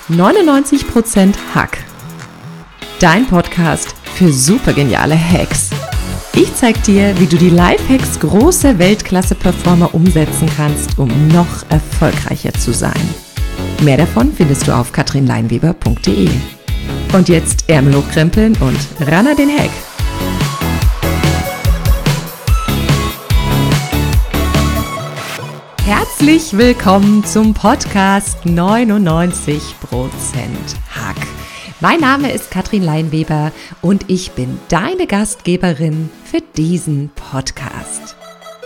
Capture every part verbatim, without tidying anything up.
neunundneunzig Prozent Hack. Dein Podcast für supergeniale Hacks. Ich zeig dir, wie du die Lifehacks großer Weltklasse-Performer umsetzen kannst, um noch erfolgreicher zu sein. Mehr davon findest du auf katrin leinweber punkt de. Und jetzt Ärmel hochkrempeln und ran an den Hack. Herzlich willkommen zum Podcast neunundneunzig Prozent Hack. Mein Name ist Katrin Leinweber und ich bin deine Gastgeberin für diesen Podcast.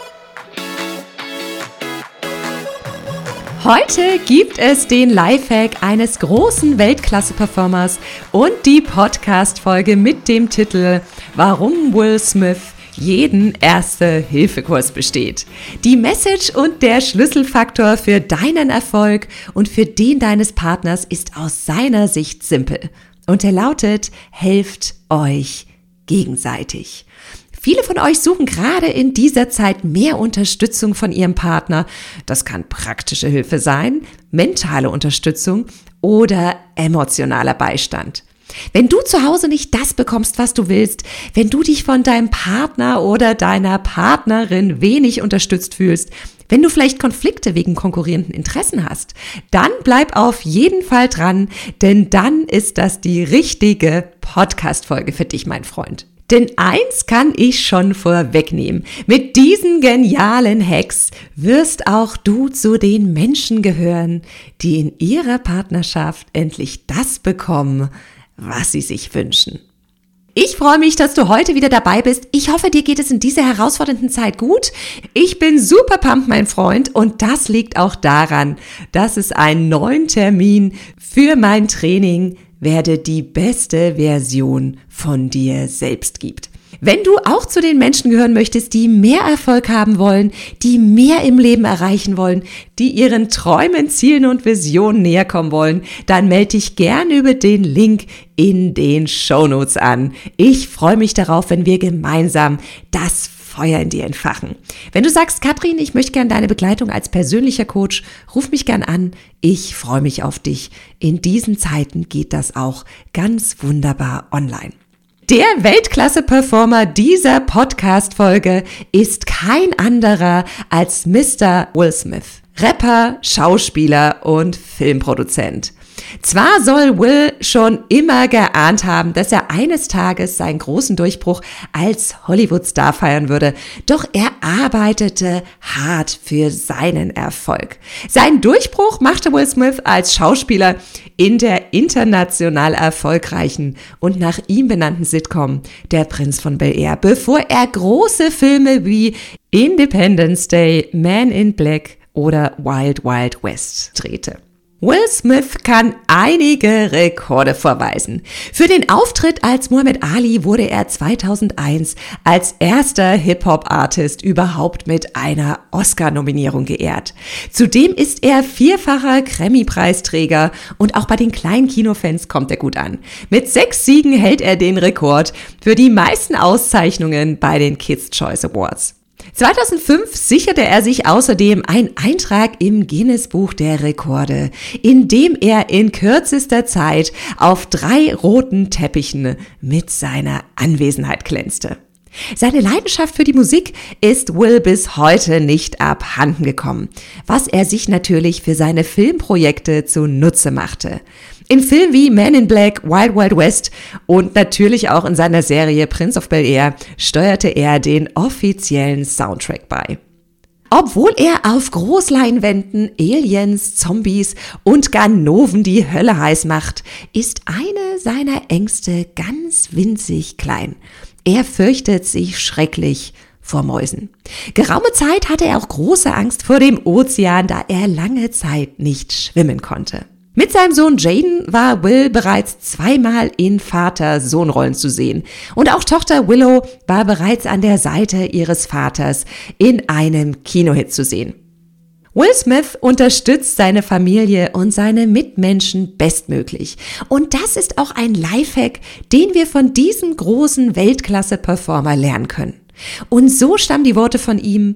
Heute gibt es den Lifehack eines großen Weltklasse-Performers und die Podcast-Folge mit dem Titel Warum Will Smith jeden Erste-Hilfe-Kurs besteht. Die Message und der Schlüsselfaktor für deinen Erfolg und für den deines Partners ist aus seiner Sicht simpel. Und er lautet, helft euch gegenseitig. Viele von euch suchen gerade in dieser Zeit mehr Unterstützung von ihrem Partner. Das kann praktische Hilfe sein, mentale Unterstützung oder emotionaler Beistand. Wenn du zu Hause nicht das bekommst, was du willst, wenn du dich von deinem Partner oder deiner Partnerin wenig unterstützt fühlst, wenn du vielleicht Konflikte wegen konkurrierenden Interessen hast, dann bleib auf jeden Fall dran, denn dann ist das die richtige Podcast-Folge für dich, mein Freund. Denn eins kann ich schon vorwegnehmen. Mit diesen genialen Hacks wirst auch du zu den Menschen gehören, die in ihrer Partnerschaft endlich das bekommen, was sie sich wünschen. Ich freue mich, dass du heute wieder dabei bist. Ich hoffe, dir geht es in dieser herausfordernden Zeit gut. Ich bin super pumped, mein Freund, und das liegt auch daran, dass es einen neuen Termin für mein Training Werde die beste Version von dir selbst gibt. Wenn du auch zu den Menschen gehören möchtest, die mehr Erfolg haben wollen, die mehr im Leben erreichen wollen, die ihren Träumen, Zielen und Visionen näher kommen wollen, dann melde dich gern über den Link in den Shownotes an. Ich freue mich darauf, wenn wir gemeinsam das Feuer in dir entfachen. Wenn du sagst, Katrin, ich möchte gern deine Begleitung als persönlicher Coach, ruf mich gern an. Ich freue mich auf dich. In diesen Zeiten geht das auch ganz wunderbar online. Der Weltklasse-Performer dieser Podcast-Folge ist kein anderer als Mister Will Smith. Rapper, Schauspieler und Filmproduzent. Zwar soll Will schon immer geahnt haben, dass er eines Tages seinen großen Durchbruch als Hollywood-Star feiern würde, doch er arbeitete hart für seinen Erfolg. Seinen Durchbruch machte Will Smith als Schauspieler in der international erfolgreichen und nach ihm benannten Sitcom Der Prinz von Bel-Air, bevor er große Filme wie Independence Day, Man in Black oder Wild Wild West drehte. Will Smith kann einige Rekorde vorweisen. Für den Auftritt als Muhammad Ali wurde er zweitausendeins als erster Hip-Hop-Artist überhaupt mit einer Oscar-Nominierung geehrt. Zudem ist er vierfacher Grammy-Preisträger und auch bei den kleinen Kinofans kommt er gut an. Mit sechs Siegen hält er den Rekord für die meisten Auszeichnungen bei den Kids' Choice Awards. zweitausendfünf sicherte er sich außerdem einen Eintrag im Guinness-Buch der Rekorde, in dem er in kürzester Zeit auf drei roten Teppichen mit seiner Anwesenheit glänzte. Seine Leidenschaft für die Musik ist Will bis heute nicht abhanden gekommen, was er sich natürlich für seine Filmprojekte zunutze machte. In Filmen wie Man in Black, Wild Wild West und natürlich auch in seiner Serie Prince of Bel-Air steuerte er den offiziellen Soundtrack bei. Obwohl er auf Großleinwänden Aliens, Zombies und Ganoven die Hölle heiß macht, ist eine seiner Ängste ganz winzig klein. Er fürchtet sich schrecklich vor Mäusen. Geraume Zeit hatte er auch große Angst vor dem Ozean, da er lange Zeit nicht schwimmen konnte. Mit seinem Sohn Jaden war Will bereits zweimal in Vater-Sohn-Rollen zu sehen. Und auch Tochter Willow war bereits an der Seite ihres Vaters in einem Kinohit zu sehen. Will Smith unterstützt seine Familie und seine Mitmenschen bestmöglich. Und das ist auch ein Lifehack, den wir von diesem großen Weltklasse-Performer lernen können. Und so stammen die Worte von ihm: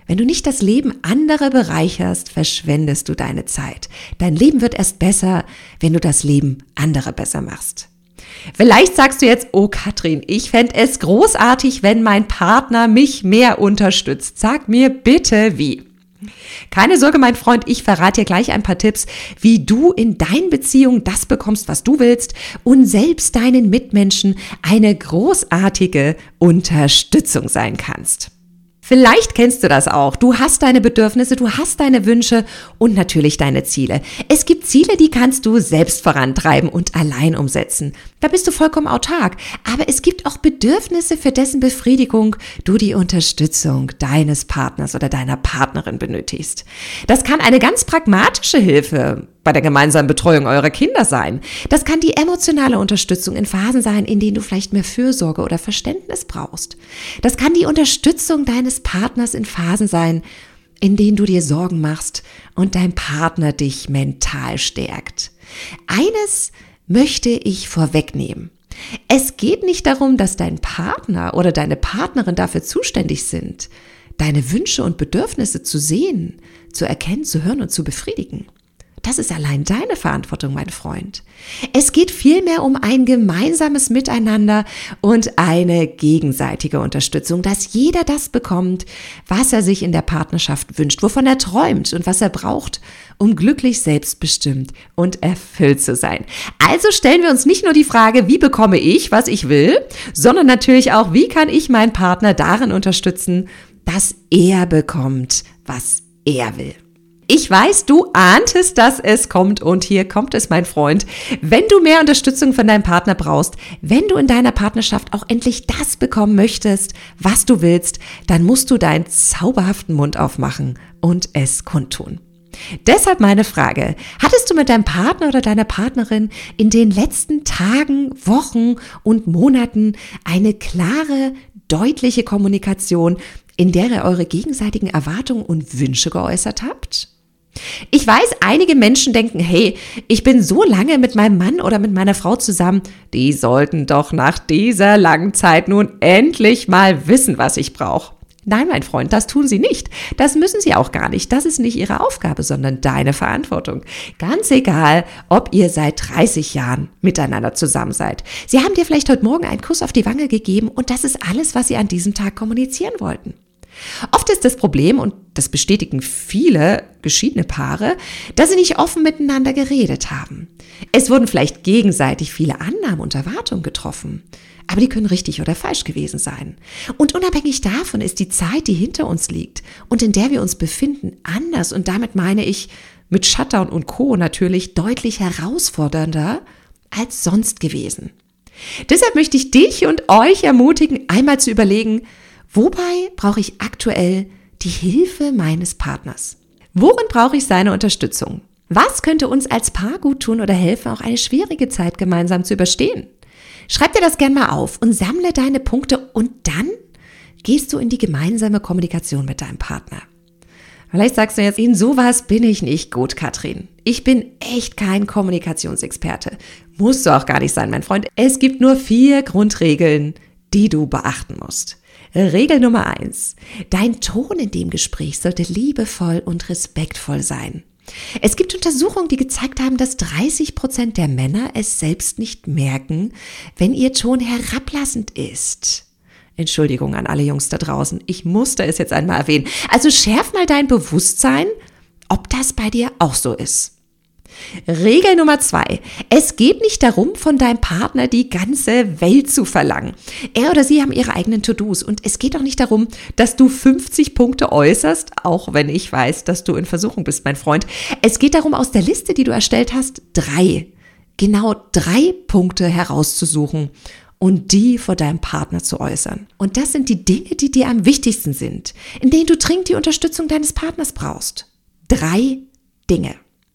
Wenn du nicht das Leben anderer bereicherst, verschwendest du deine Zeit. Dein Leben wird erst besser, wenn du das Leben anderer besser machst. Vielleicht sagst du jetzt, oh Katrin, ich fände es großartig, wenn mein Partner mich mehr unterstützt. Sag mir bitte wie. Keine Sorge, mein Freund, ich verrate dir gleich ein paar Tipps, wie du in deinen Beziehungen das bekommst, was du willst und selbst deinen Mitmenschen eine großartige Unterstützung sein kannst. Vielleicht kennst du das auch. Du hast deine Bedürfnisse, du hast deine Wünsche und natürlich deine Ziele. Es gibt Ziele, die kannst du selbst vorantreiben und allein umsetzen. Da bist du vollkommen autark. Aber es gibt auch Bedürfnisse, für dessen Befriedigung du die Unterstützung deines Partners oder deiner Partnerin benötigst. Das kann eine ganz pragmatische Hilfe bei der gemeinsamen Betreuung eurer Kinder sein. Das kann die emotionale Unterstützung in Phasen sein, in denen du vielleicht mehr Fürsorge oder Verständnis brauchst. Das kann die Unterstützung deines Partners in Phasen sein, in denen du dir Sorgen machst und dein Partner dich mental stärkt. Eines möchte ich vorwegnehmen. Es geht nicht darum, dass dein Partner oder deine Partnerin dafür zuständig sind, deine Wünsche und Bedürfnisse zu sehen, zu erkennen, zu hören und zu befriedigen. Das ist allein deine Verantwortung, mein Freund. Es geht vielmehr um ein gemeinsames Miteinander und eine gegenseitige Unterstützung, dass jeder das bekommt, was er sich in der Partnerschaft wünscht, wovon er träumt und was er braucht, um glücklich, selbstbestimmt und erfüllt zu sein. Also stellen wir uns nicht nur die Frage, wie bekomme ich, was ich will, sondern natürlich auch, wie kann ich meinen Partner darin unterstützen, dass er bekommt, was er will. Ich weiß, du ahntest, dass es kommt und hier kommt es, mein Freund. Wenn du mehr Unterstützung von deinem Partner brauchst, wenn du in deiner Partnerschaft auch endlich das bekommen möchtest, was du willst, dann musst du deinen zauberhaften Mund aufmachen und es kundtun. Deshalb meine Frage, hattest du mit deinem Partner oder deiner Partnerin in den letzten Tagen, Wochen und Monaten eine klare, deutliche Kommunikation, in der ihr eure gegenseitigen Erwartungen und Wünsche geäußert habt? Ich weiß, einige Menschen denken, hey, ich bin so lange mit meinem Mann oder mit meiner Frau zusammen, die sollten doch nach dieser langen Zeit nun endlich mal wissen, was ich brauche. Nein, mein Freund, das tun sie nicht. Das müssen sie auch gar nicht. Das ist nicht ihre Aufgabe, sondern deine Verantwortung. Ganz egal, ob ihr seit dreißig Jahren miteinander zusammen seid. Sie haben dir vielleicht heute Morgen einen Kuss auf die Wange gegeben und das ist alles, was sie an diesem Tag kommunizieren wollten. Oft ist das Problem, und das bestätigen viele geschiedene Paare, dass sie nicht offen miteinander geredet haben. Es wurden vielleicht gegenseitig viele Annahmen und Erwartungen getroffen, aber die können richtig oder falsch gewesen sein. Und unabhängig davon ist die Zeit, die hinter uns liegt und in der wir uns befinden, anders, und damit meine ich mit Shutdown und Co. natürlich deutlich herausfordernder als sonst gewesen. Deshalb möchte ich dich und euch ermutigen, einmal zu überlegen, wobei brauche ich aktuell die Hilfe meines Partners? Worin brauche ich seine Unterstützung? Was könnte uns als Paar gut tun oder helfen, auch eine schwierige Zeit gemeinsam zu überstehen? Schreib dir das gern mal auf und sammle deine Punkte und dann gehst du in die gemeinsame Kommunikation mit deinem Partner. Vielleicht sagst du jetzt, in sowas bin ich nicht gut, Katrin. Ich bin echt kein Kommunikationsexperte. Musst du auch gar nicht sein, mein Freund. Es gibt nur vier Grundregeln, die du beachten musst. Regel Nummer eins. Dein Ton in dem Gespräch sollte liebevoll und respektvoll sein. Es gibt Untersuchungen, die gezeigt haben, dass dreißig Prozent der Männer es selbst nicht merken, wenn ihr Ton herablassend ist. Entschuldigung an alle Jungs da draußen, ich musste es jetzt einmal erwähnen. Also schärf mal dein Bewusstsein, ob das bei dir auch so ist. Regel Nummer zwei. Es geht nicht darum, von deinem Partner die ganze Welt zu verlangen. Er oder sie haben ihre eigenen To-Dos und es geht auch nicht darum, dass du fünfzig Punkte äußerst, auch wenn ich weiß, dass du in Versuchung bist, mein Freund. Es geht darum, aus der Liste, die du erstellt hast, drei, genau drei Punkte herauszusuchen und die vor deinem Partner zu äußern. Und das sind die Dinge, die dir am wichtigsten sind, in denen du dringend die Unterstützung deines Partners brauchst. Drei Dinge.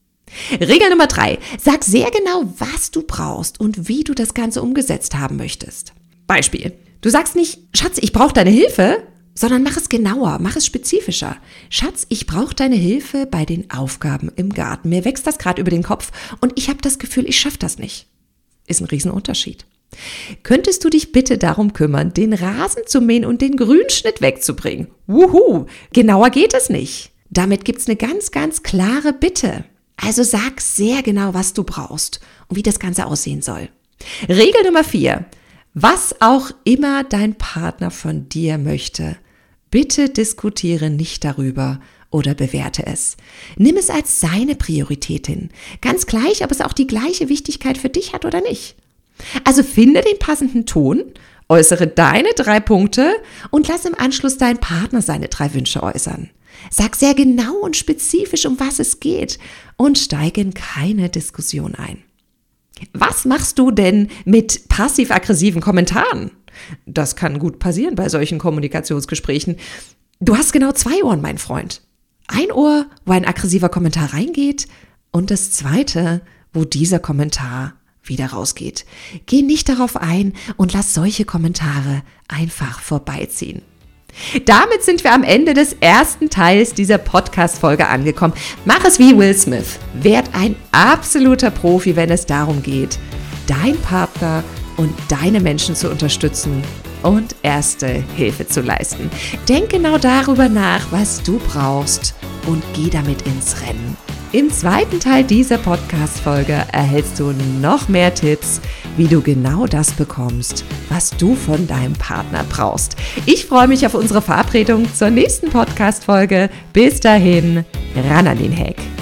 Regel Nummer drei. Sag sehr genau, was du brauchst und wie du das Ganze umgesetzt haben möchtest. Beispiel. Du sagst nicht, Schatz, ich brauche deine Hilfe, sondern mach es genauer, mach es spezifischer. Schatz, ich brauche deine Hilfe bei den Aufgaben im Garten. Mir wächst das gerade über den Kopf und ich habe das Gefühl, ich schaffe das nicht. Ist ein Riesenunterschied. Könntest du dich bitte darum kümmern, den Rasen zu mähen und den Grünschnitt wegzubringen? Wuhu, genauer geht es nicht. Damit gibt's eine ganz, ganz klare Bitte. Also sag sehr genau, was du brauchst und wie das Ganze aussehen soll. Regel Nummer vier. Was auch immer dein Partner von dir möchte, bitte diskutiere nicht darüber oder bewerte es. Nimm es als seine Priorität hin. Ganz gleich, ob es auch die gleiche Wichtigkeit für dich hat oder nicht. Also finde den passenden Ton, äußere deine drei Punkte und lass im Anschluss deinen Partner seine drei Wünsche äußern. Sag sehr genau und spezifisch, um was es geht und steige in keine Diskussion ein. Was machst du denn mit passiv-aggressiven Kommentaren? Das kann gut passieren bei solchen Kommunikationsgesprächen. Du hast genau zwei Ohren, mein Freund. Ein Ohr, wo ein aggressiver Kommentar reingeht und das zweite, wo dieser Kommentar wieder rausgeht. Geh nicht darauf ein und lass solche Kommentare einfach vorbeiziehen. Damit sind wir am Ende des ersten Teils dieser Podcast-Folge angekommen. Mach es wie Will Smith. Werd ein absoluter Profi, wenn es darum geht, deinen Partner und deine Menschen zu unterstützen und erste Hilfe zu leisten. Denk genau darüber nach, was du brauchst und geh damit ins Rennen. Im zweiten Teil dieser Podcast-Folge erhältst du noch mehr Tipps, wie du genau das bekommst, was du von deinem Partner brauchst. Ich freue mich auf unsere Verabredung zur nächsten Podcast-Folge. Bis dahin, ran an den Hack.